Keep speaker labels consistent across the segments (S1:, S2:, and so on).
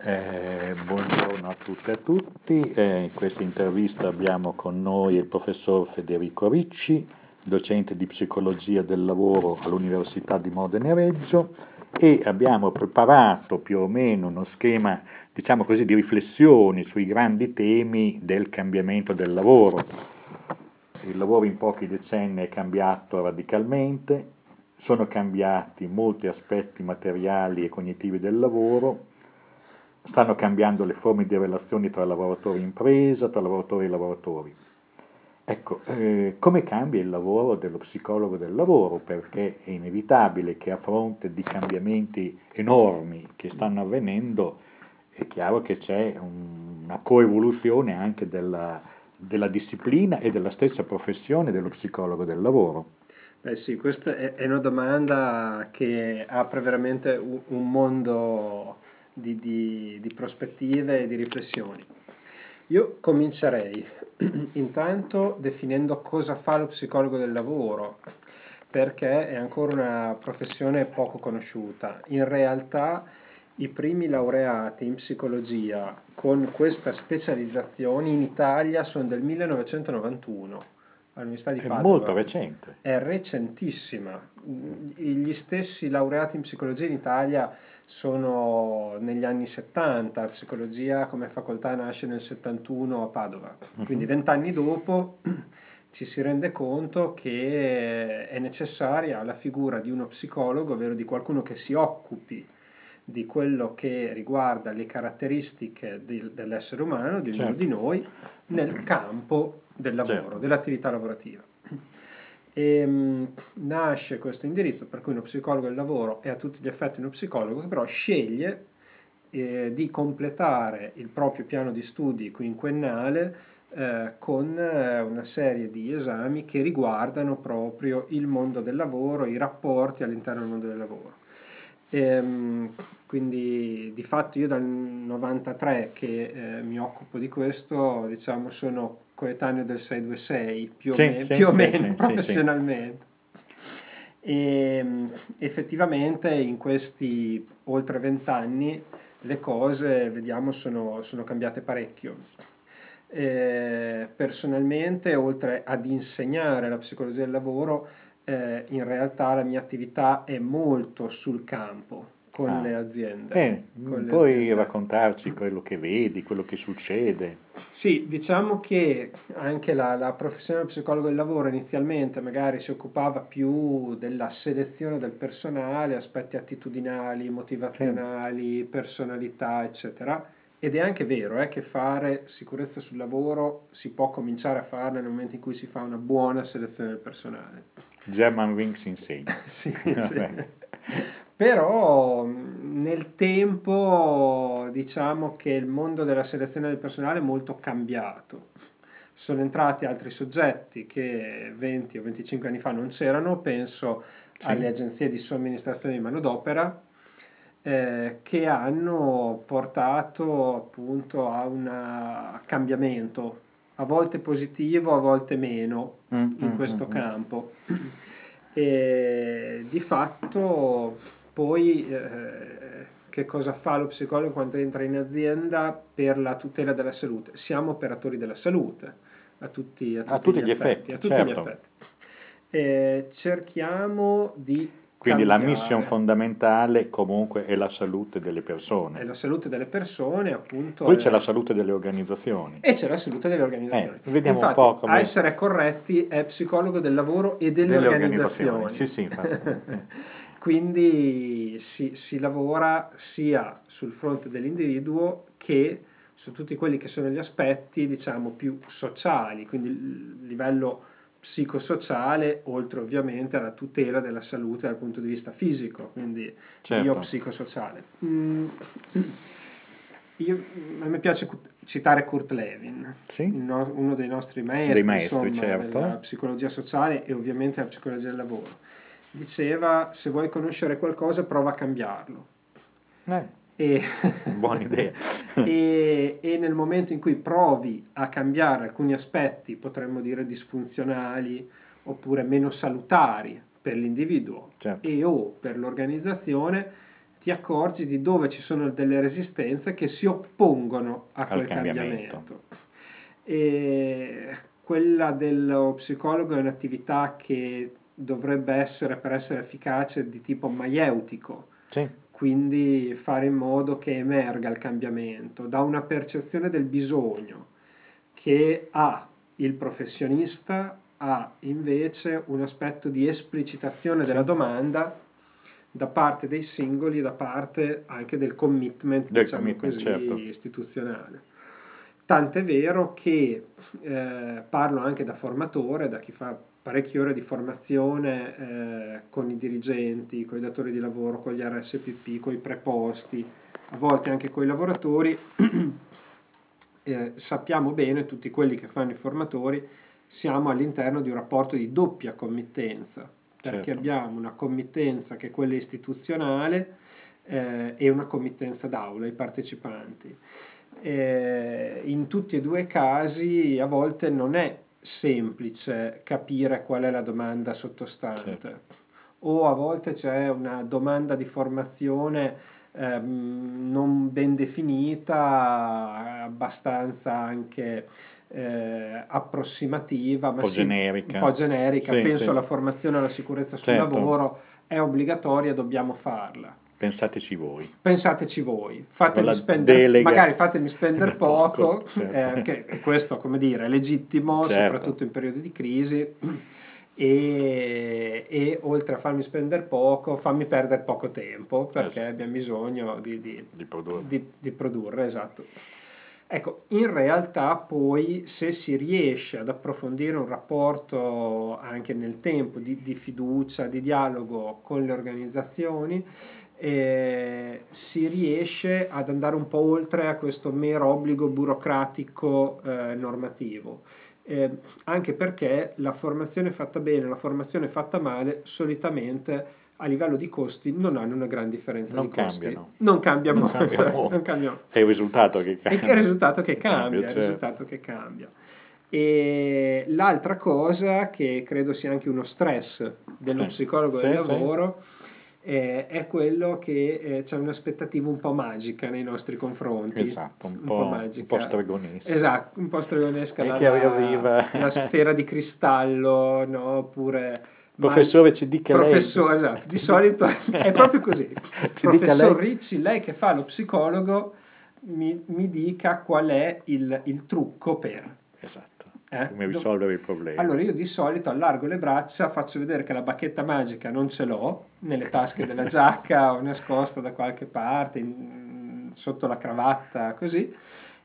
S1: Buongiorno a tutte e a tutti. In questa intervista abbiamo con noi il professor Federico Ricci, docente di psicologia del lavoro all'Università di Modena e Reggio, e abbiamo preparato più o meno uno schema, diciamo così, di riflessioni sui grandi temi del cambiamento del lavoro. Il lavoro in pochi decenni è cambiato radicalmente, sono cambiati molti aspetti materiali e cognitivi del lavoro, stanno cambiando le forme di relazioni tra lavoratori e impresa, tra lavoratori e lavoratori. Ecco, come cambia il lavoro dello psicologo del lavoro? Perché è inevitabile che a fronte di cambiamenti enormi che stanno avvenendo, è chiaro che c'è una coevoluzione anche della disciplina e della stessa professione dello psicologo del lavoro.
S2: Beh sì, questa è una domanda che apre veramente un mondo di prospettive e di riflessioni. Io comincerei intanto definendo cosa fa lo psicologo del lavoro, perché è ancora una professione poco conosciuta. In realtà i primi laureati in psicologia con questa specializzazione in Italia sono del 1991 all'Università di
S1: È molto
S2: Padova.
S1: recente.
S2: È recentissima. Gli stessi laureati in psicologia in Italia sono negli anni 70, la psicologia come facoltà nasce nel 71 a Padova, quindi
S1: Mhm.
S2: 20 anni dopo ci si rende conto che è necessaria la figura di uno psicologo, ovvero di qualcuno che si occupi di quello che riguarda le caratteristiche dell'essere umano, di ognuno di
S1: Certo,
S2: noi, nel campo del lavoro,
S1: certo.
S2: dell'attività lavorativa. E nasce questo indirizzo per cui uno psicologo del lavoro è a tutti gli effetti uno psicologo che però sceglie di completare il proprio piano di studi quinquennale con una serie di esami che riguardano proprio il mondo del lavoro, i rapporti all'interno del mondo del lavoro. Quindi di fatto io dal 93 che mi occupo di questo, diciamo, sono coetaneo del 626
S1: Sì,
S2: più
S1: sì,
S2: o
S1: sì,
S2: meno
S1: sì, sì, sì.
S2: professionalmente. E effettivamente in questi oltre 20 anni le cose, vediamo, sono cambiate parecchio. Personalmente, oltre ad insegnare la psicologia del lavoro, in realtà la mia attività è molto sul campo, con
S1: Ah.
S2: le aziende. Con le
S1: Puoi
S2: aziende.
S1: raccontarci quello che vedi, quello che succede?
S2: Sì, diciamo che anche la professione del psicologo del lavoro inizialmente magari si occupava più della selezione del personale, aspetti attitudinali,
S1: Sì.
S2: motivazionali, personalità, eccetera. Ed è anche vero, che fare sicurezza sul lavoro si può cominciare a farla nel momento in cui si fa una buona selezione del personale.
S1: German Wings insegna.
S2: Sì, sì.
S1: Vabbè.
S2: Però nel tempo diciamo che il mondo della selezione del personale è molto cambiato. Sono entrati altri soggetti che 20 o 25 anni fa non c'erano, penso alle
S1: Sì.
S2: agenzie di somministrazione di manodopera, che hanno portato appunto a un cambiamento, a volte positivo, a volte meno,
S1: Mm,
S2: in
S1: mm, mm,
S2: questo
S1: mm.
S2: campo. E di fatto poi che cosa fa lo psicologo quando entra in azienda per la tutela della salute? Siamo operatori della salute a
S1: A
S2: tutti
S1: tutti
S2: gli
S1: gli
S2: effetti, a
S1: effetti,
S2: tutti gli
S1: certo.
S2: effetti. Cerchiamo di
S1: Quindi la mission
S2: cambiare.
S1: fondamentale comunque è la salute delle
S2: È
S1: persone.
S2: la salute delle persone, appunto,
S1: Poi c'è la salute delle organizzazioni.
S2: e c'è la salute delle organizzazioni.
S1: Vediamo un
S2: Infatti,
S1: po'
S2: a
S1: come
S2: essere corretti è psicologo del lavoro e delle
S1: delle organizzazioni.
S2: organizzazioni.
S1: Sì, sì, infatti. Sì.
S2: Quindi si lavora sia sul fronte dell'individuo che su tutti quelli che sono gli aspetti, diciamo, più sociali, quindi il livello psicosociale, oltre ovviamente alla tutela della salute dal punto di vista fisico, quindi
S1: Certo.
S2: biopsicosociale. A me piace citare Kurt Lewin,
S1: Sì?
S2: uno dei nostri
S1: Dei
S2: maestri,
S1: maestri,
S2: insomma,
S1: certo.
S2: della psicologia sociale e ovviamente della psicologia del lavoro. Diceva, se vuoi conoscere qualcosa, prova a cambiarlo.
S1: Eh,
S2: E,
S1: buona idea.
S2: e nel momento in cui provi a cambiare alcuni aspetti, potremmo dire disfunzionali oppure meno salutari per l'individuo
S1: Certo.
S2: e o per l'organizzazione, ti accorgi di dove ci sono delle resistenze che si oppongono a quel cambiamento. E quella dello psicologo è un'attività che dovrebbe essere, per essere efficace, di tipo maieutico,
S1: Sì,
S2: quindi fare in modo che emerga il cambiamento da una percezione del bisogno che ha il professionista, ha invece un aspetto di esplicitazione della
S1: sì,
S2: domanda da parte dei singoli e da parte anche del commitment,
S1: del
S2: diciamo
S1: commitment,
S2: così,
S1: certo.
S2: istituzionale. Tant'è vero che parlo anche da formatore, da chi fa parecchie ore di formazione con i dirigenti, con i datori di lavoro, con gli RSPP, con i preposti, a volte anche con i lavoratori. Sappiamo bene, tutti quelli che fanno i formatori, siamo all'interno di un rapporto di doppia committenza, perché
S1: Certo.
S2: abbiamo una committenza che è quella istituzionale e una committenza d'aula, i partecipanti. In tutti e due i casi a volte non è semplice capire qual è la domanda sottostante,
S1: Certo.
S2: o a volte c'è una domanda di formazione non ben definita, abbastanza anche approssimativa, ma sì, un po' generica.
S1: Sì,
S2: Penso
S1: sì,
S2: alla formazione e alla sicurezza sul
S1: certo.
S2: lavoro, è obbligatoria, dobbiamo farla.
S1: Pensateci voi.
S2: Pensateci voi,
S1: Con la
S2: magari
S1: delega
S2: fatemi spendere
S1: da poco,
S2: poco,
S1: certo.
S2: che questo, come dire, è legittimo,
S1: Certo,
S2: soprattutto in periodi di crisi, e oltre a farmi spendere poco, fammi perdere poco tempo, perché
S1: esatto,
S2: abbiamo bisogno
S1: di produrre.
S2: di produrre, esatto. Ecco, in realtà poi se si riesce ad approfondire un rapporto anche nel tempo di fiducia, di dialogo con le organizzazioni, si riesce ad andare un po' oltre a questo mero obbligo burocratico normativo. Anche perché la formazione fatta bene, la formazione fatta male, solitamente a livello di costi non hanno una gran differenza di
S1: Non
S2: costi.
S1: cambiano.
S2: Non cambia
S1: Non
S2: molto,
S1: cambia
S2: non
S1: molto.
S2: cambia.
S1: È il risultato che
S2: E che è il
S1: cambia.
S2: risultato che cambia, è il
S1: Certo.
S2: risultato che cambia. E l'altra cosa che credo sia anche uno stress dello
S1: Sì,
S2: psicologo del
S1: sì, sì.
S2: lavoro è quello che c'è un'aspettativa un po' magica nei nostri confronti,
S1: Esatto,
S2: un po'
S1: un po'
S2: magica,
S1: stregonesca.
S2: esatto, un po' stregonesca,
S1: E che arriva.
S2: la sfera di cristallo, no? Oppure
S1: Professore, ci dica lei.
S2: professore, esatto, di solito è proprio così.
S1: Ci dica
S2: Professor
S1: lei.
S2: Ricci, lei che fa lo psicologo, mi dica qual è il trucco per.
S1: Esatto.
S2: Eh?
S1: Come risolvere il
S2: Allora
S1: problema.
S2: io di solito allargo le braccia, faccio vedere che la bacchetta magica non ce l'ho nelle tasche della giacca o nascosta da qualche parte, sotto la cravatta, così,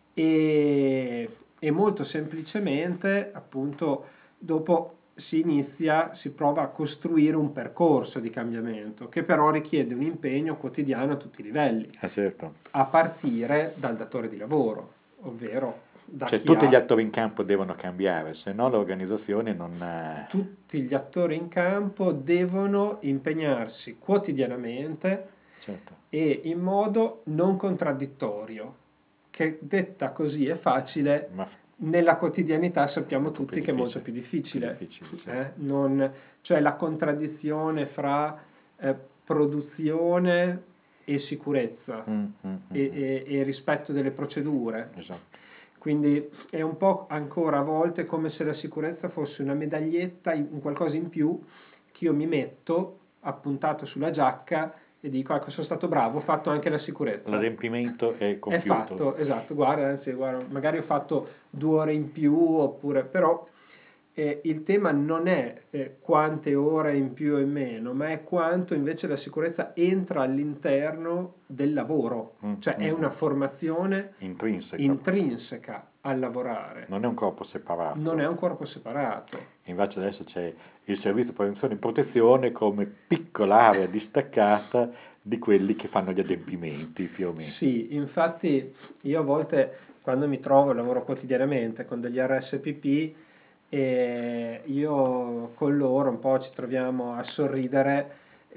S2: e molto semplicemente, appunto, dopo si prova a costruire un percorso di cambiamento che però richiede un impegno quotidiano a tutti i livelli,
S1: Certo.
S2: a partire dal datore di lavoro, ovvero da
S1: Cioè
S2: chi
S1: tutti gli
S2: ha
S1: attori in campo devono cambiare, se no l'organizzazione non.
S2: tutti gli attori in campo devono impegnarsi quotidianamente
S1: Certo,
S2: e in modo non contraddittorio, che detta così è facile,
S1: ma
S2: nella quotidianità sappiamo
S1: molto più
S2: tutti che è molto
S1: difficile.
S2: più
S1: Più
S2: difficile.
S1: difficile, certo.
S2: Cioè la contraddizione fra produzione e sicurezza
S1: Mm.
S2: e rispetto delle procedure.
S1: Esatto.
S2: Quindi è un po' ancora a volte come se la sicurezza fosse una medaglietta, un qualcosa in più che io mi metto appuntato sulla giacca e dico, ecco, sono stato bravo, ho fatto anche la sicurezza.
S1: L'adempimento è
S2: È
S1: compiuto.
S2: fatto, esatto, guarda, anzi, guarda, magari ho fatto 2 ore in più, oppure, però il tema non è quante ore in più o in meno, ma è quanto invece la sicurezza entra all'interno del lavoro, cioè è una
S1: Mm.
S2: formazione
S1: Intrinseca,
S2: intrinseca al lavorare,
S1: non è un corpo
S2: non è
S1: separato.
S2: un corpo separato.
S1: Invece adesso c'è il servizio di prevenzione e protezione come piccola area distaccata di quelli che fanno gli adempimenti, più o meno.
S2: Sì, infatti io a volte quando mi trovo, lavoro quotidianamente con degli RSPP e io con loro un po' ci troviamo a sorridere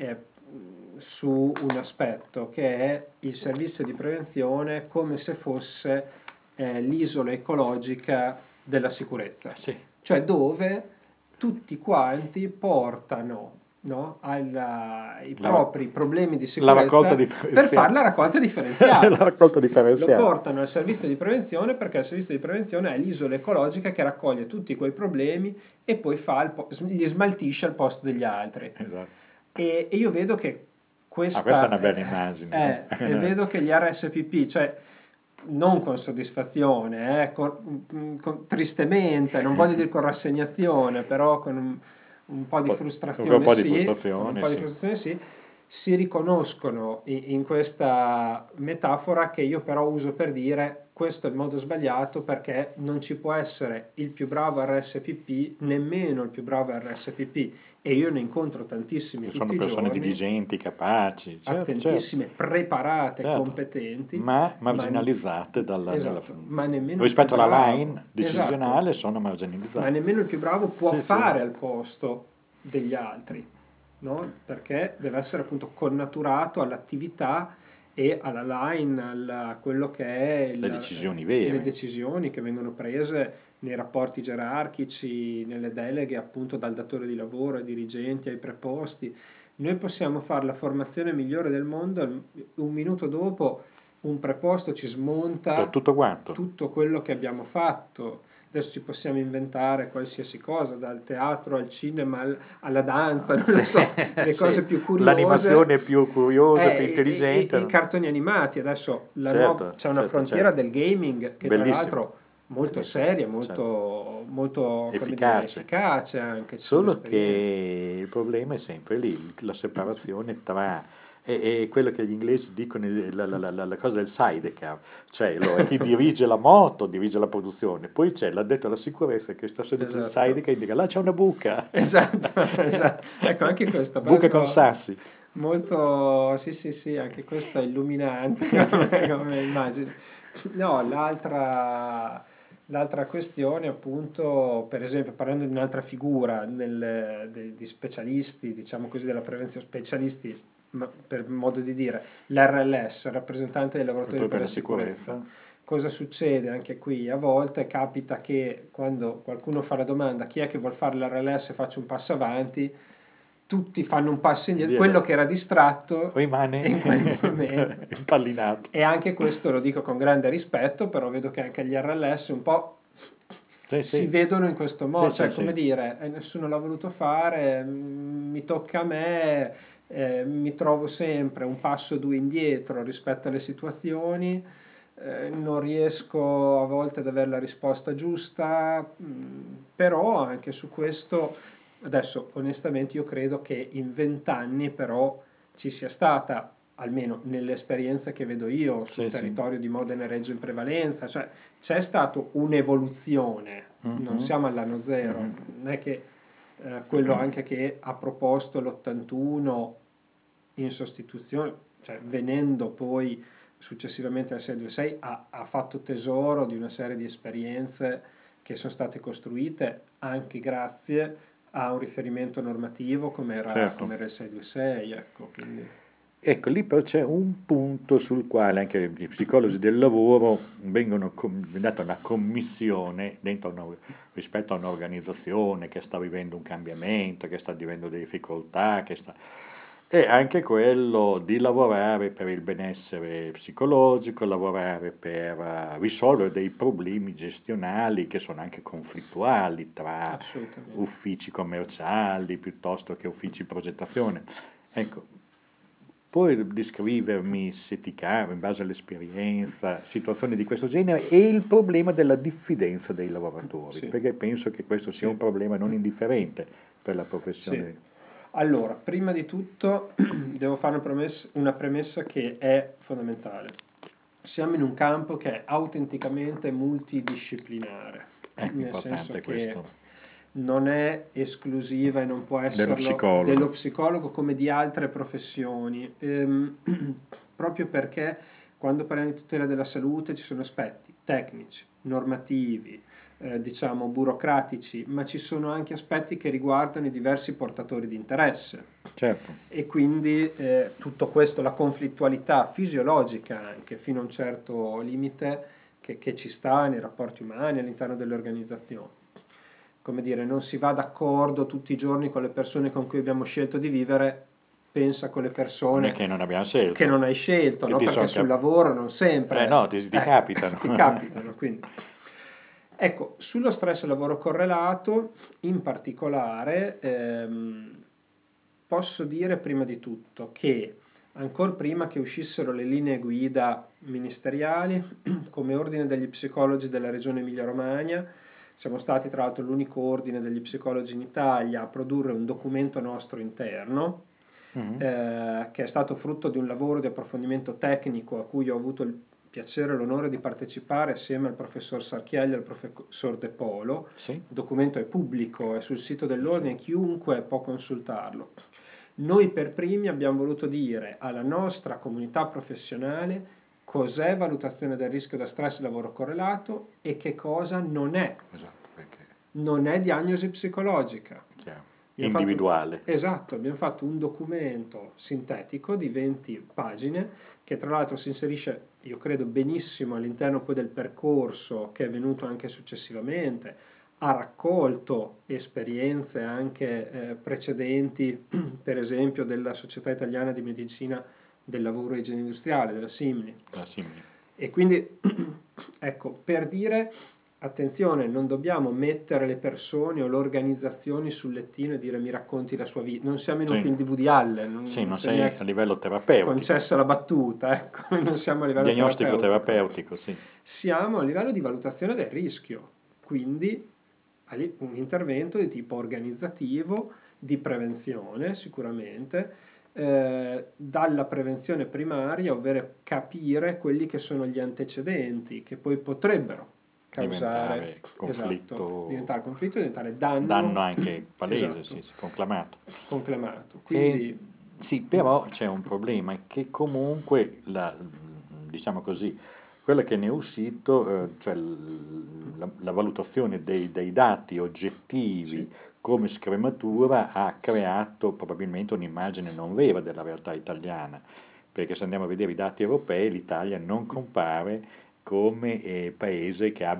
S2: su un aspetto che è il servizio di prevenzione come se fosse l'isola ecologica della sicurezza,
S1: Sì,
S2: cioè dove tutti quanti portano no, i propri problemi di
S1: la raccolta
S2: sicurezza per fare la raccolta differenziata.
S1: La raccolta
S2: Lo
S1: differenziata.
S2: portano al servizio di prevenzione perché il servizio di prevenzione è l'isola ecologica che raccoglie tutti quei problemi e poi li smaltisce al posto degli altri.
S1: Esatto.
S2: E io vedo che
S1: Questa è
S2: questa
S1: una bella immagine.
S2: e vedo che gli RSPP, cioè non con soddisfazione, tristemente, non voglio dire con rassegnazione, però con un po' di
S1: Con un
S2: frustrazione
S1: po' di
S2: sì, con un
S1: frustrazione,
S2: po' di
S1: sì.
S2: frustrazione sì, si riconoscono in questa metafora che io però uso per dire questo è il modo sbagliato perché non ci può essere il più bravo RSPP, nemmeno il più bravo RSPP e io ne incontro tantissimi
S1: Ci sono
S2: tutti i
S1: persone
S2: giorni,
S1: diligenti, capaci, certo,
S2: attentissime, preparate,
S1: certo,
S2: competenti,
S1: ma
S2: ma,
S1: marginalizzate
S2: esatto, ma nemmeno il più
S1: rispetto alla
S2: bravo,
S1: line
S2: esatto,
S1: decisionale sono
S2: ma
S1: marginalizzate.
S2: nemmeno il più bravo può
S1: Sì, sì.
S2: fare al posto degli altri, no? Perché deve essere appunto connaturato all'attività e alla line, a quello che è
S1: Le decisioni
S2: le
S1: vere.
S2: decisioni che vengono prese nei rapporti gerarchici, nelle deleghe appunto dal datore di lavoro ai dirigenti, ai preposti. Noi possiamo fare la formazione migliore del mondo, un minuto dopo un preposto ci
S1: Per
S2: smonta
S1: tutto quanto.
S2: tutto quello che abbiamo fatto. Adesso ci possiamo inventare qualsiasi cosa, dal teatro al cinema alla danza, non lo so, le
S1: Sì,
S2: cose più curiose.
S1: l'animazione più curiosa, più
S2: E i
S1: intelligente.
S2: cartoni animati, adesso
S1: Certo,
S2: c'è una
S1: certo,
S2: frontiera
S1: certo.
S2: del gaming che tra
S1: Bellissimo.
S2: l'altro molto
S1: Bellissimo,
S2: seria,
S1: certo.
S2: molto, come dire,
S1: Efficace.
S2: efficace anche, ci sono
S1: Solo
S2: esperienze.
S1: che il problema è sempre lì, la separazione tra è quello che gli inglesi dicono la cosa del sidecar, cioè allora, chi dirige la moto dirige la produzione, poi c'è l'addetto alla sicurezza che sta seduto sul
S2: Esatto.
S1: sidecar e dice là c'è una buca,
S2: Esatto, esatto. Ecco, anche questo
S1: buca con
S2: proprio
S1: sassi.
S2: molto, sì, sì, sì, anche questo è illuminante come immagine. No, l'altra questione, appunto, per esempio, parlando di un'altra figura di specialisti, diciamo così, della prevenzione, specialisti, per modo di dire, l'RLS, rappresentante dei lavoratori
S1: Proprio
S2: per
S1: per
S2: la
S1: la
S2: sicurezza.
S1: sicurezza.
S2: Cosa succede anche qui? A volte capita che quando qualcuno fa la domanda chi è che vuol fare l'RLS faccio un passo avanti, tutti fanno un passo indietro, quello
S1: Dietro.
S2: che era distratto
S1: Rimane
S2: in quel momento.
S1: impallinato.
S2: E anche questo lo dico con grande rispetto, però vedo che anche gli RLS un po'
S1: Sì,
S2: si
S1: sì.
S2: vedono in questo
S1: Sì,
S2: modo,
S1: sì,
S2: cioè come
S1: sì.
S2: dire, nessuno l'ha voluto fare, mi tocca a me, mi trovo sempre un passo o due indietro rispetto alle situazioni, non riesco a volte ad avere la risposta giusta, però anche su questo, adesso onestamente io credo che in 20 anni però ci sia stata, almeno nell'esperienza che vedo io sul
S1: Sì, sì.
S2: territorio di Modena e Reggio in prevalenza, cioè c'è stata un'evoluzione, non
S1: Mhm.
S2: siamo all'anno zero,
S1: Mhm.
S2: non è che quello anche che ha proposto l'81 in sostituzione, cioè venendo poi successivamente al 626, ha fatto tesoro di una serie di esperienze che sono state costruite anche grazie a un riferimento normativo
S1: Certo.
S2: come era il 626, ecco, quindi
S1: Ecco, lì però c'è un punto sul quale anche gli psicologi del lavoro è data una commissione rispetto a un'organizzazione che sta vivendo un cambiamento, che sta vivendo delle difficoltà, e anche quello di lavorare per il benessere psicologico, lavorare per risolvere dei problemi gestionali che sono anche conflittuali tra
S2: assolutamente.
S1: uffici commerciali piuttosto che uffici progettazione. Ecco, puoi descrivermi, se ti cava, in base all'esperienza, situazioni di questo genere e il problema della diffidenza dei lavoratori,
S2: Sì,
S1: perché penso che questo sia un
S2: sì,
S1: problema non indifferente per la
S2: sì.
S1: professione.
S2: Allora, prima di tutto devo fare una premessa che è fondamentale. Siamo in un campo che è autenticamente multidisciplinare, nel senso
S1: Importante
S2: che
S1: questo,
S2: non è esclusiva e non può
S1: dello
S2: esserlo dello
S1: psicologo.
S2: psicologo come di altre professioni, proprio perché quando parliamo di tutela della salute ci sono aspetti tecnici, normativi, diciamo burocratici, ma ci sono anche aspetti che riguardano i diversi portatori di interesse.
S1: Certo,
S2: E quindi tutto questo, la conflittualità fisiologica anche fino a un certo limite che ci sta nei rapporti umani all'interno delle organizzazioni. come dire, non si va d'accordo tutti i giorni con le persone con cui abbiamo scelto di vivere, pensa con le
S1: Non è
S2: persone
S1: che non abbiamo scelto.
S2: che non hai scelto,
S1: Che
S2: no?
S1: ti
S2: Perché
S1: son
S2: sul lavoro non sempre.
S1: no, ti capitano.
S2: Ti capitano, quindi. Ecco, sullo stress lavoro correlato, in particolare, posso dire prima di tutto che ancora prima che uscissero le linee guida ministeriali, come ordine degli psicologi della regione Emilia-Romagna, siamo stati tra l'altro l'unico ordine degli psicologi in Italia a produrre un documento nostro interno, che è stato frutto di un lavoro di approfondimento tecnico a cui ho avuto il piacere e l'onore di partecipare assieme al professor Sarchielli e al professor De Polo.
S1: Sì.
S2: Il documento è pubblico, è sul sito dell'ordine, chiunque può consultarlo. Noi per primi abbiamo voluto dire alla nostra comunità professionale cos'è valutazione del rischio da stress lavoro correlato e che cosa non è.
S1: Esatto, perché
S2: Non è diagnosi psicologica.
S1: chiaro.
S2: Abbiamo
S1: Individuale.
S2: Esatto, abbiamo fatto un documento sintetico di 20 pagine che tra l'altro si inserisce, io credo, benissimo all'interno poi del percorso che è venuto anche successivamente, ha raccolto esperienze anche precedenti, per esempio della Società Italiana di Medicina del Lavoro e Igiene Industriale, della SIMNI.
S1: La simile.
S2: E quindi, ecco, per dire, attenzione, non dobbiamo mettere le persone o le organizzazioni sul lettino e dire mi racconti la sua vita. Non siamo in un
S1: Sì.
S2: film di Woody Allen,
S1: Sì, non
S2: se mi
S1: sei
S2: è
S1: a livello terapeutico.
S2: concessa la battuta, ecco, non siamo a livello
S1: Diagnostico
S2: terapeutico.
S1: terapeutico, sì.
S2: Siamo a livello di valutazione del rischio, quindi un intervento di tipo organizzativo, di prevenzione sicuramente, dalla prevenzione primaria, ovvero capire quelli che sono gli antecedenti che poi potrebbero causare
S1: Diventare conflitto.
S2: esatto, diventare conflitto, diventare danno,
S1: Danno anche palese,
S2: esatto,
S1: sì, conclamato.
S2: conclamato.
S1: E,
S2: Quindi
S1: sì, però c'è un problema, è che comunque, diciamo così, quello che ne è uscito, cioè la valutazione dei dati oggettivi
S2: sì,
S1: come scrematura ha creato probabilmente un'immagine non vera della realtà italiana, perché se andiamo a vedere i dati europei l'Italia non compare come paese che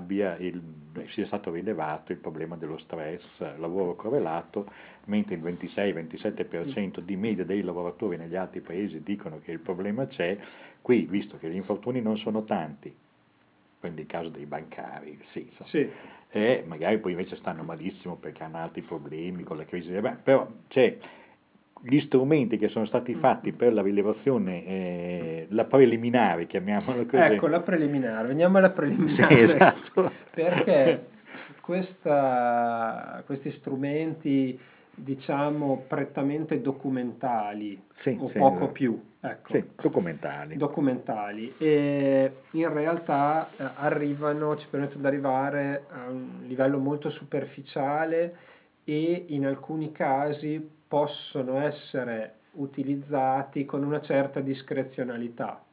S1: sia stato rilevato il problema dello stress, lavoro correlato, mentre il 26-27% di media dei lavoratori negli altri paesi dicono che il problema c'è. Qui, visto che gli infortuni non sono tanti, prendi il caso dei bancari, sì, insomma,
S2: sì,
S1: e magari poi invece stanno malissimo perché hanno altri problemi con la crisi delle banche, però c'è gli strumenti che sono stati fatti per la rilevazione, la preliminare, chiamiamola così.
S2: ecco la preliminare, veniamo alla
S1: Sì,
S2: preliminare,
S1: esatto.
S2: perché questi strumenti, diciamo, prettamente documentali
S1: Sì,
S2: o
S1: sì,
S2: poco
S1: esatto.
S2: più, ecco,
S1: Sì, documentali.
S2: documentali, e in realtà ci permettono di arrivare a un livello molto superficiale e in alcuni casi possono essere utilizzati con una certa discrezionalità.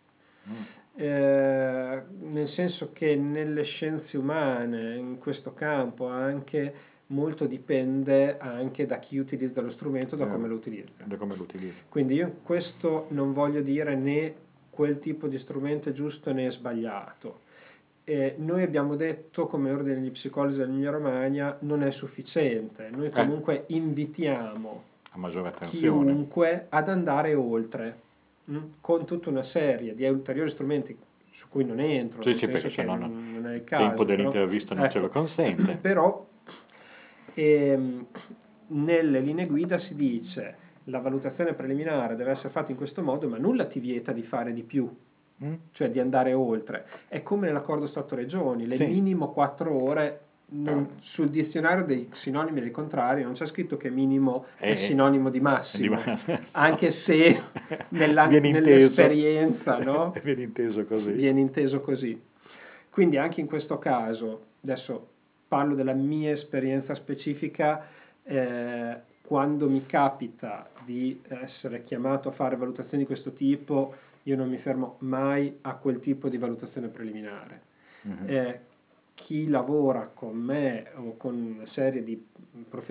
S2: Nel senso che nelle scienze umane, in questo campo, anche molto dipende anche da chi utilizza lo strumento, da come lo utilizza.
S1: Da come lo utilizzo.
S2: Quindi io questo non voglio dire né quel tipo di strumento è giusto né è sbagliato. Noi abbiamo detto come ordine degli psicologi dell'Emilia Romagna non è sufficiente, noi comunque invitiamo
S1: A maggiore attenzione.
S2: chiunque ad andare oltre, con tutta una serie di ulteriori strumenti su cui non entro,
S1: Sì,
S2: nel
S1: sì,
S2: senso
S1: perché
S2: che
S1: sennò
S2: non è il
S1: il tempo
S2: caso, però,
S1: dell'intervista non ce lo
S2: ecco,
S1: consente.
S2: però ehm, nelle linee guida si dice la valutazione preliminare deve essere fatta in questo modo, ma nulla ti vieta di fare di più, cioè di andare oltre. È come nell'accordo Stato-Regioni, le
S1: Sì.
S2: minimo 4 ore. Sul dizionario dei sinonimi e dei contrari non c'è scritto che minimo è sinonimo di massimo, anche se
S1: Viene inteso.
S2: nell'esperienza, no?
S1: Viene inteso così.
S2: Viene inteso così. Quindi anche in questo caso, adesso parlo della mia esperienza specifica, quando mi capita di essere chiamato a fare valutazioni di questo tipo, io non mi fermo mai a quel tipo di valutazione preliminare. Chi lavora con me o con una serie di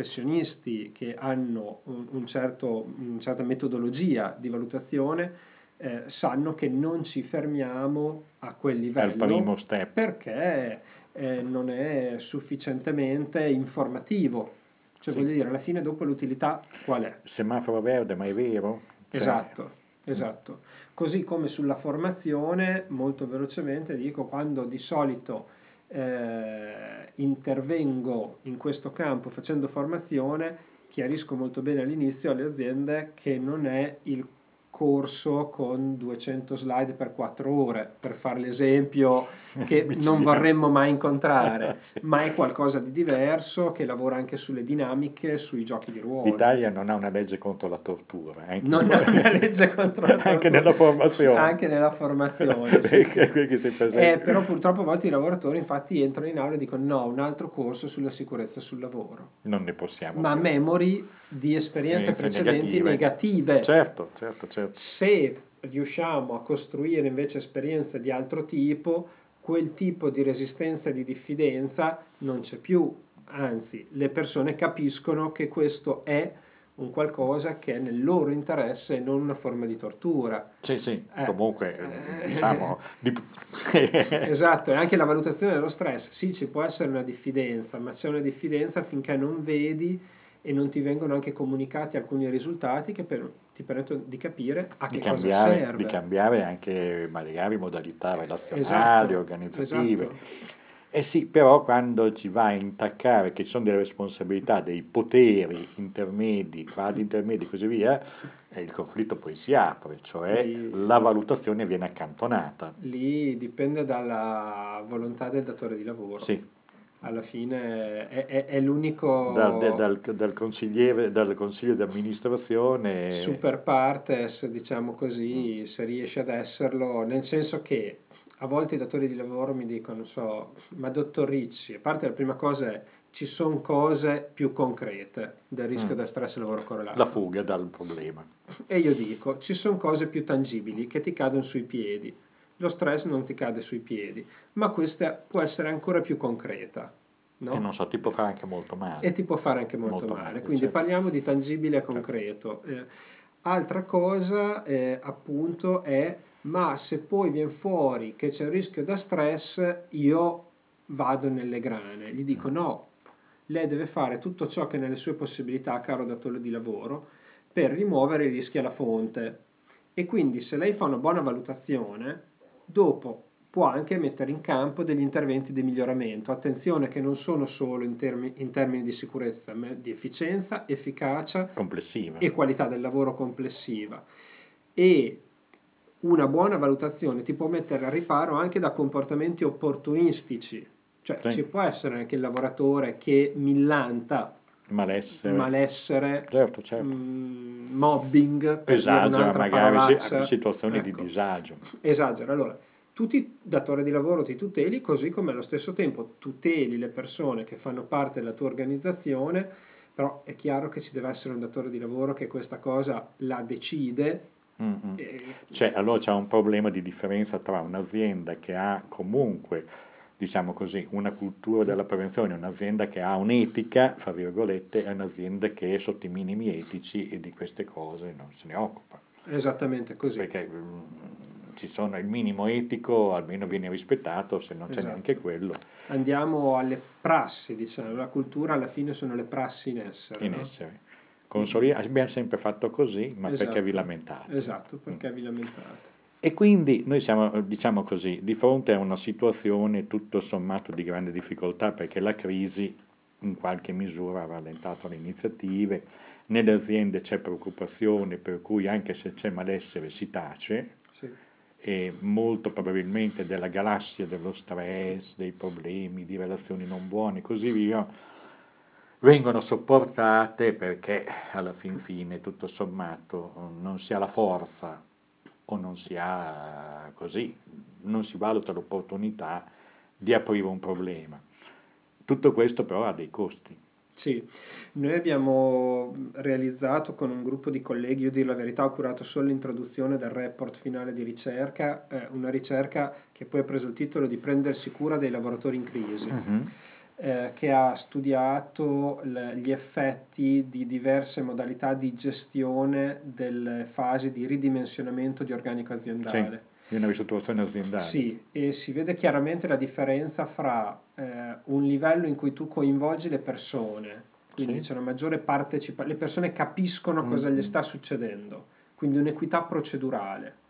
S2: professionisti che hanno una certa metodologia di valutazione sanno che non ci fermiamo a quel
S1: Al primo
S2: livello
S1: step.
S2: perché non è sufficientemente informativo. Cioè,
S1: Sì.
S2: voglio dire, alla fine dopo l'utilità qual è?
S1: Semaforo verde, ma è vero? Cioè,
S2: Esatto, esatto. Così come sulla formazione, molto velocemente dico, quando di solito intervengo in questo campo facendo formazione, chiarisco molto bene all'inizio alle aziende che non è il corso con 200 slide per 4 ore, per fare l'esempio che non
S1: micidiale.
S2: vorremmo mai incontrare, ma è qualcosa di diverso che lavora anche sulle dinamiche, sui giochi di ruolo.
S1: L'Italia non ha una legge contro la tortura,
S2: Non è una legge contro la
S1: anche
S2: tortura,
S1: nella formazione.
S2: anche nella formazione, sì,
S1: Perché
S2: sì.
S1: qui che si presenta.
S2: Però purtroppo a volte i lavoratori infatti entrano in aula e dicono no, un altro corso sulla sicurezza sul lavoro,
S1: Non ne possiamo
S2: ma
S1: più.
S2: memory di esperienze
S1: Esperienze
S2: precedenti
S1: negative.
S2: negative.
S1: Certo, certo, certo.
S2: Se riusciamo a costruire invece esperienze di altro tipo, quel tipo di resistenza e di diffidenza non c'è più, anzi, le persone capiscono che questo è un qualcosa che è nel loro interesse e non una forma di tortura.
S1: Sì, sì,
S2: Eh,
S1: comunque
S2: eh,
S1: diciamo
S2: esatto, e anche la valutazione dello stress. Sì, ci può essere una diffidenza, ma c'è una diffidenza finché non vedi e non ti vengono anche comunicati alcuni risultati che ti permettono di capire a che cosa
S1: di
S2: serve.
S1: cambiare anche magari modalità relazionali,
S2: Esatto,
S1: organizzative.
S2: esatto.
S1: Eh sì, però quando ci va a intaccare che ci sono delle responsabilità, dei poteri intermedi, quasi intermedi e così via, il conflitto poi si apre, cioè
S2: Lì,
S1: la valutazione viene accantonata.
S2: lì dipende dalla volontà del datore di lavoro.
S1: Sì,
S2: Alla fine è l'unico
S1: dal consigliere, dal consiglio di amministrazione.
S2: super partes, diciamo
S1: Mm.
S2: così, se riesce ad esserlo, nel senso che a volte i datori di lavoro mi dicono, non so, ma dottor Ricci, a parte la prima cosa è, ci sono cose più concrete del rischio
S1: Mm.
S2: da stress lavoro
S1: La
S2: correlato.
S1: fuga dal problema.
S2: E io dico, ci sono cose più tangibili che ti cadono sui piedi. Lo stress non ti cade sui piedi, ma questa può essere ancora più concreta,
S1: E non
S2: no?
S1: so, ti può fare anche molto
S2: E
S1: male.
S2: ti può fare anche molto
S1: Molto
S2: male.
S1: male,
S2: Quindi
S1: certo.
S2: parliamo di tangibile e
S1: Certo.
S2: concreto. Altra cosa, appunto, è, ma se poi viene fuori che c'è un rischio da stress, io vado nelle grane. Gli dico no, lei deve fare tutto ciò che è nelle sue possibilità, caro datore di lavoro, per rimuovere i rischi alla fonte. E quindi se lei fa una buona valutazione, dopo può anche mettere in campo degli interventi di miglioramento. Attenzione che non sono solo in termini di sicurezza, ma di efficienza, efficacia
S1: Complessiva.
S2: e qualità del lavoro complessiva. E una buona valutazione ti può mettere a riparo anche da comportamenti opportunistici. Cioè
S1: Sì.
S2: ci può essere anche il lavoratore che millanta
S1: Malessere.
S2: malessere,
S1: Certo, certo.
S2: mobbing, per dire
S1: Esagera
S2: un'altra
S1: magari
S2: parolaccia.
S1: situazioni di
S2: Ecco,
S1: disagio.
S2: esagera. Allora, tutti datori di lavoro ti tuteli, così come allo stesso tempo tuteli le persone che fanno parte della tua organizzazione, però è chiaro che ci deve essere un datore di lavoro che questa cosa la decide.
S1: Mm-mm.
S2: e-
S1: Cioè, allora c'è un problema di differenza tra un'azienda che ha comunque, diciamo così, una cultura della prevenzione, un'azienda che ha un'etica, fra virgolette, e un'azienda che è sotto i minimi etici e di queste cose non se ne occupa.
S2: Esattamente così.
S1: Perché ci sono il minimo etico, almeno viene rispettato, se non c'è neanche
S2: Esatto.
S1: quello
S2: Andiamo alle prassi, diciamo, la cultura alla fine sono le prassi in essere,
S1: in
S2: no?
S1: essere.
S2: Quindi,
S1: Abbiamo sempre fatto così, ma perché vi
S2: esatto,
S1: lamentate?
S2: esatto,
S1: Mm.
S2: perché vi lamentate.
S1: E quindi noi siamo, diciamo così, di fronte a una situazione tutto sommato di grande difficoltà perché la crisi in qualche misura ha rallentato le iniziative, nelle aziende c'è preoccupazione per cui anche se c'è malessere si tace
S2: Sì,
S1: e molto probabilmente della galassia dello stress, dei problemi, di relazioni non buone e così via, vengono sopportate perché alla fin fine tutto sommato non si ha la forza o non si ha così, non si valuta l'opportunità di aprire un problema. Tutto questo però ha dei costi.
S2: sì, noi abbiamo realizzato con un gruppo di colleghi, io dir la verità, ho curato solo l'introduzione del report finale di ricerca, una ricerca che poi ha preso il titolo di prendersi cura dei lavoratori in crisi.
S1: Mhm.
S2: che ha studiato gli effetti di diverse modalità di gestione delle fasi di ridimensionamento di organico
S1: Sì,
S2: aziendale.
S1: di una ristrutturazione aziendale.
S2: Sì, e si vede chiaramente la differenza fra un livello in cui tu coinvolgi le persone, quindi
S1: Sì.
S2: c'è una maggiore partecipazione, le persone capiscono cosa gli
S1: Mm.
S2: sta succedendo, quindi un'equità procedurale.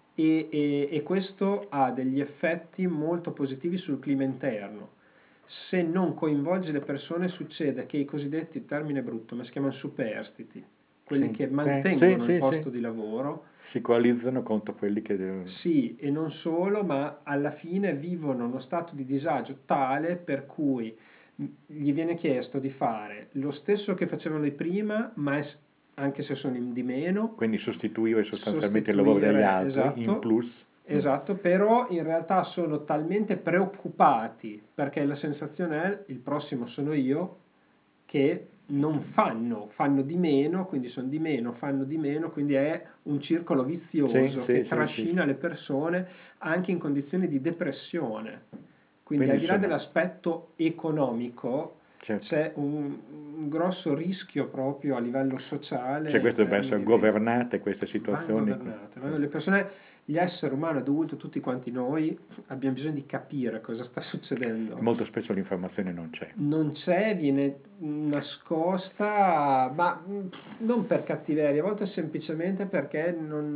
S2: E questo ha degli effetti molto positivi sul clima interno. Se non coinvolgi le persone succede che i cosiddetti, termine brutto, ma si chiamano superstiti, quelli
S1: Sì,
S2: che
S1: sì,
S2: mantengono il
S1: sì, sì.
S2: posto di lavoro,
S1: Si coalizzano contro quelli che devono...
S2: sì, e non solo, ma alla fine vivono uno stato di disagio tale per cui gli viene chiesto di fare lo stesso che facevano di prima, ma anche se sono di meno,
S1: Quindi sostituire sostanzialmente il lavoro degli
S2: sostituire,
S1: altri in
S2: esatto,
S1: plus.
S2: esatto, però in realtà sono talmente preoccupati perché la sensazione è il prossimo sono io che non fanno di meno, quindi sono di meno, fanno di meno, quindi è un circolo
S1: Sì,
S2: vizioso
S1: sì,
S2: che
S1: sì, sì,
S2: trascina
S1: sì.
S2: le persone anche in condizioni di depressione. Quindi al
S1: Quindi
S2: di là
S1: sono...
S2: dell'aspetto economico
S1: Certo.
S2: c'è un grosso rischio proprio a livello sociale
S1: Cioè
S2: in
S1: queste devono essere
S2: termini di...
S1: governate queste
S2: Van
S1: situazioni.
S2: governate. Le persone, gli esseri umani adulti, tutti quanti noi, abbiamo bisogno di capire cosa sta
S1: E
S2: succedendo.
S1: molto spesso l'informazione non c'è.
S2: Non c'è, viene nascosta, ma non per cattiveria, a volte semplicemente perché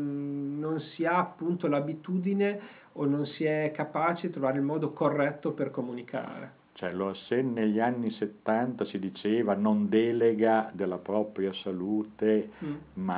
S2: non si ha appunto l'abitudine o non si è capaci di trovare il modo corretto per comunicare.
S1: Cioè, se negli anni 70 si diceva non delega della propria salute,
S2: Mm.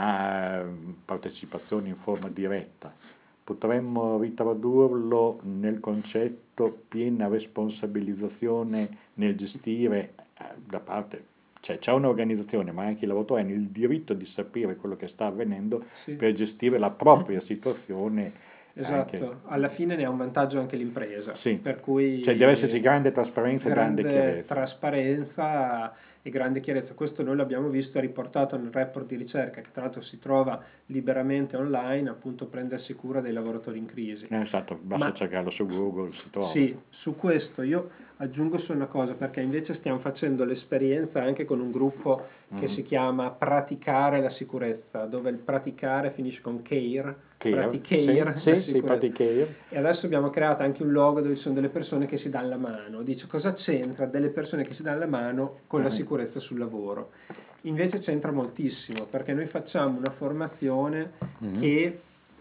S1: ma partecipazione in forma diretta, potremmo ritradurlo nel concetto piena responsabilizzazione nel gestire da parte, cioè c'è un'organizzazione, ma anche i lavoratori hanno il diritto di sapere quello che sta avvenendo
S2: Sì.
S1: per gestire la propria situazione anche.
S2: Esatto, alla fine ne ha un vantaggio anche l'impresa,
S1: Sì,
S2: per
S1: cioè deve esserci
S2: cui
S1: grande trasparenza e grande
S2: grande
S1: chiarezza.
S2: trasparenza e grande chiarezza. Questo noi l'abbiamo visto, è riportato nel report di ricerca, che tra l'altro si trova liberamente online, appunto prendersi cura dei lavoratori in crisi.
S1: Esatto, basta
S2: Ma
S1: cercarlo su Google, si trova.
S2: sì, su questo io aggiungo solo una cosa, perché invece stiamo facendo l'esperienza anche con un gruppo che si chiama Praticare la sicurezza, dove il praticare finisce con care,
S1: Care, sì,
S2: praticare la
S1: sì, sì,
S2: sicurezza.
S1: infatti Care.
S2: E adesso abbiamo creato anche un logo dove ci sono delle persone che si danno la mano. Dice cosa c'entra delle persone che si danno la mano con la sicurezza sul lavoro? Invece c'entra moltissimo perché noi facciamo una formazione che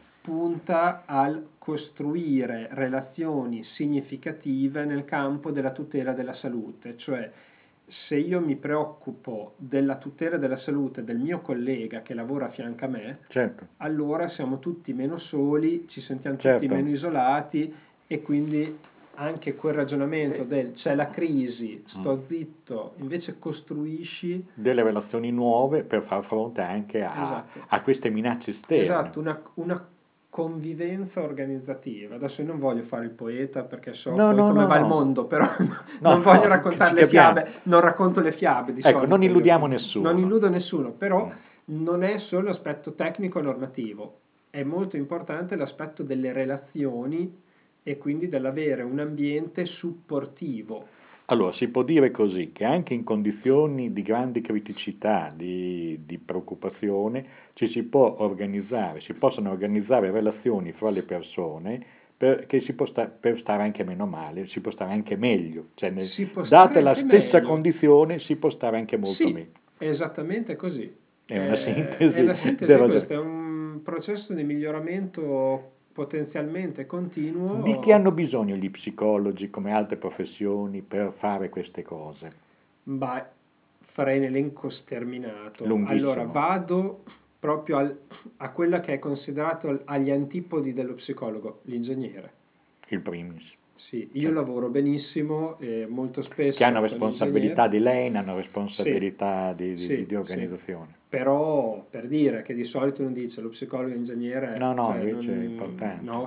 S2: punta al costruire relazioni significative nel campo della tutela della salute, cioè se io mi preoccupo della tutela della salute del mio collega che lavora a fianco a me,
S1: Certo,
S2: allora siamo tutti meno soli, ci sentiamo tutti
S1: certo.
S2: meno isolati e quindi anche quel ragionamento del c'è la crisi, sto zitto, invece costruisci,
S1: Delle relazioni nuove per far fronte anche
S2: esatto,
S1: a queste minacce esterne.
S2: esatto, una convivenza organizzativa. Adesso io non voglio fare il poeta perché so
S1: No,
S2: poi
S1: no,
S2: come
S1: no,
S2: va il
S1: no,
S2: mondo, però
S1: no,
S2: non voglio
S1: no, che ci
S2: raccontare le
S1: capiamo.
S2: fiabe, non racconto le fiabe di
S1: Ecco, non
S2: solito io,
S1: illudiamo
S2: quindi non
S1: nessuno.
S2: illudo nessuno, però non è solo l'aspetto tecnico e normativo, è molto importante l'aspetto delle relazioni e quindi dell'avere un ambiente supportivo.
S1: Allora, si può dire così, che anche in condizioni di grande criticità, di preoccupazione, ci si può organizzare, si possono organizzare relazioni fra le persone che per stare anche meno male, si può stare anche meglio, cioè
S2: Si può stare
S1: date la
S2: anche
S1: stessa
S2: meglio.
S1: condizione si può stare anche molto
S2: Sì,
S1: meglio.
S2: è esattamente così.
S1: È una
S2: È
S1: sintesi
S2: la sintesi
S1: del
S2: è
S1: ragionamento.
S2: questa, è un processo di miglioramento potenzialmente
S1: Di che
S2: continuo.
S1: hanno bisogno gli psicologi come altre professioni per fare queste cose?
S2: Beh, farei un elenco sterminato. Allora,
S1: Lunghissimo,
S2: vado proprio a quella che è considerato agli antipodi dello psicologo, l'ingegnere.
S1: il primis.
S2: Sì, io
S1: Certo.
S2: lavoro benissimo e molto
S1: Che hanno
S2: spesso con
S1: responsabilità
S2: ingegneri.
S1: di lane, hanno
S2: Sì,
S1: responsabilità
S2: sì,
S1: di
S2: sì.
S1: organizzazione.
S2: Però per dire che di solito uno dice lo psicologo e l'ingegnere,
S1: No, no,
S2: cioè
S1: invece è
S2: non,
S1: importante.
S2: no,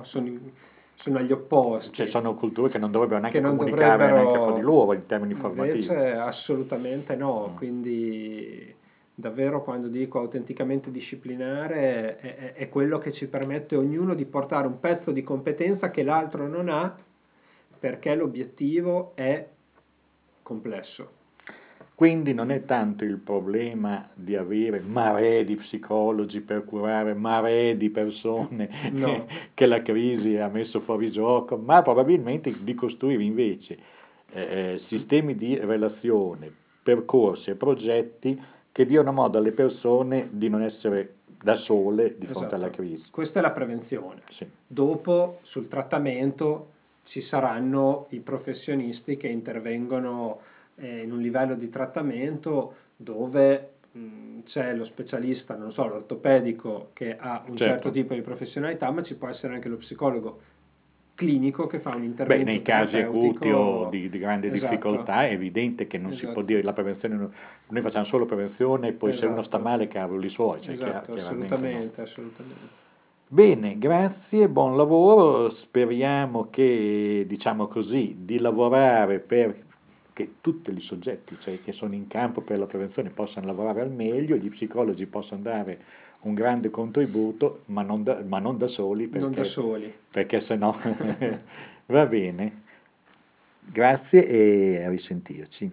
S2: sono agli
S1: Cioè,
S2: opposti,
S1: sono culture che non dovrebbero
S2: che
S1: neanche
S2: non
S1: comunicare neanche fra di
S2: dovrebbero,
S1: loro in termini
S2: invece
S1: formativi.
S2: assolutamente no, quindi davvero quando dico autenticamente disciplinare è quello che ci permette ognuno di portare un pezzo di competenza che l'altro non ha, perché l'obiettivo è complesso.
S1: Quindi non è tanto il problema di avere maree di psicologi per curare maree di persone
S2: No,
S1: che la crisi ha messo fuori gioco, ma probabilmente di costruire invece sistemi di relazione, percorsi e progetti che diano modo alle persone di non essere da sole di fronte alla
S2: esatto.
S1: crisi.
S2: Questa è la prevenzione.
S1: Sì.
S2: Dopo, sul trattamento, ci saranno i professionisti che intervengono in un livello di trattamento dove c'è lo specialista, non so, l'ortopedico che ha un certo
S1: Certo.
S2: tipo di professionalità, ma ci può essere anche lo psicologo clinico che fa un
S1: Beh,
S2: intervento
S1: nei casi acuti o
S2: terapeutico.
S1: di grande
S2: Esatto,
S1: difficoltà è evidente che non si può
S2: esatto,
S1: dire la prevenzione, noi facciamo solo prevenzione e poi se uno sta
S2: esatto,
S1: male cavoli suoi, cioè
S2: esatto,
S1: chiaramente no.
S2: assolutamente, assolutamente.
S1: Bene, grazie, buon lavoro, speriamo che, diciamo così, di lavorare per che tutti i soggetti, cioè, che sono in campo per la prevenzione possano lavorare al meglio, gli psicologi possano dare un grande contributo, ma non da soli,
S2: Non da soli.
S1: perché se no va bene. Grazie e a risentirci.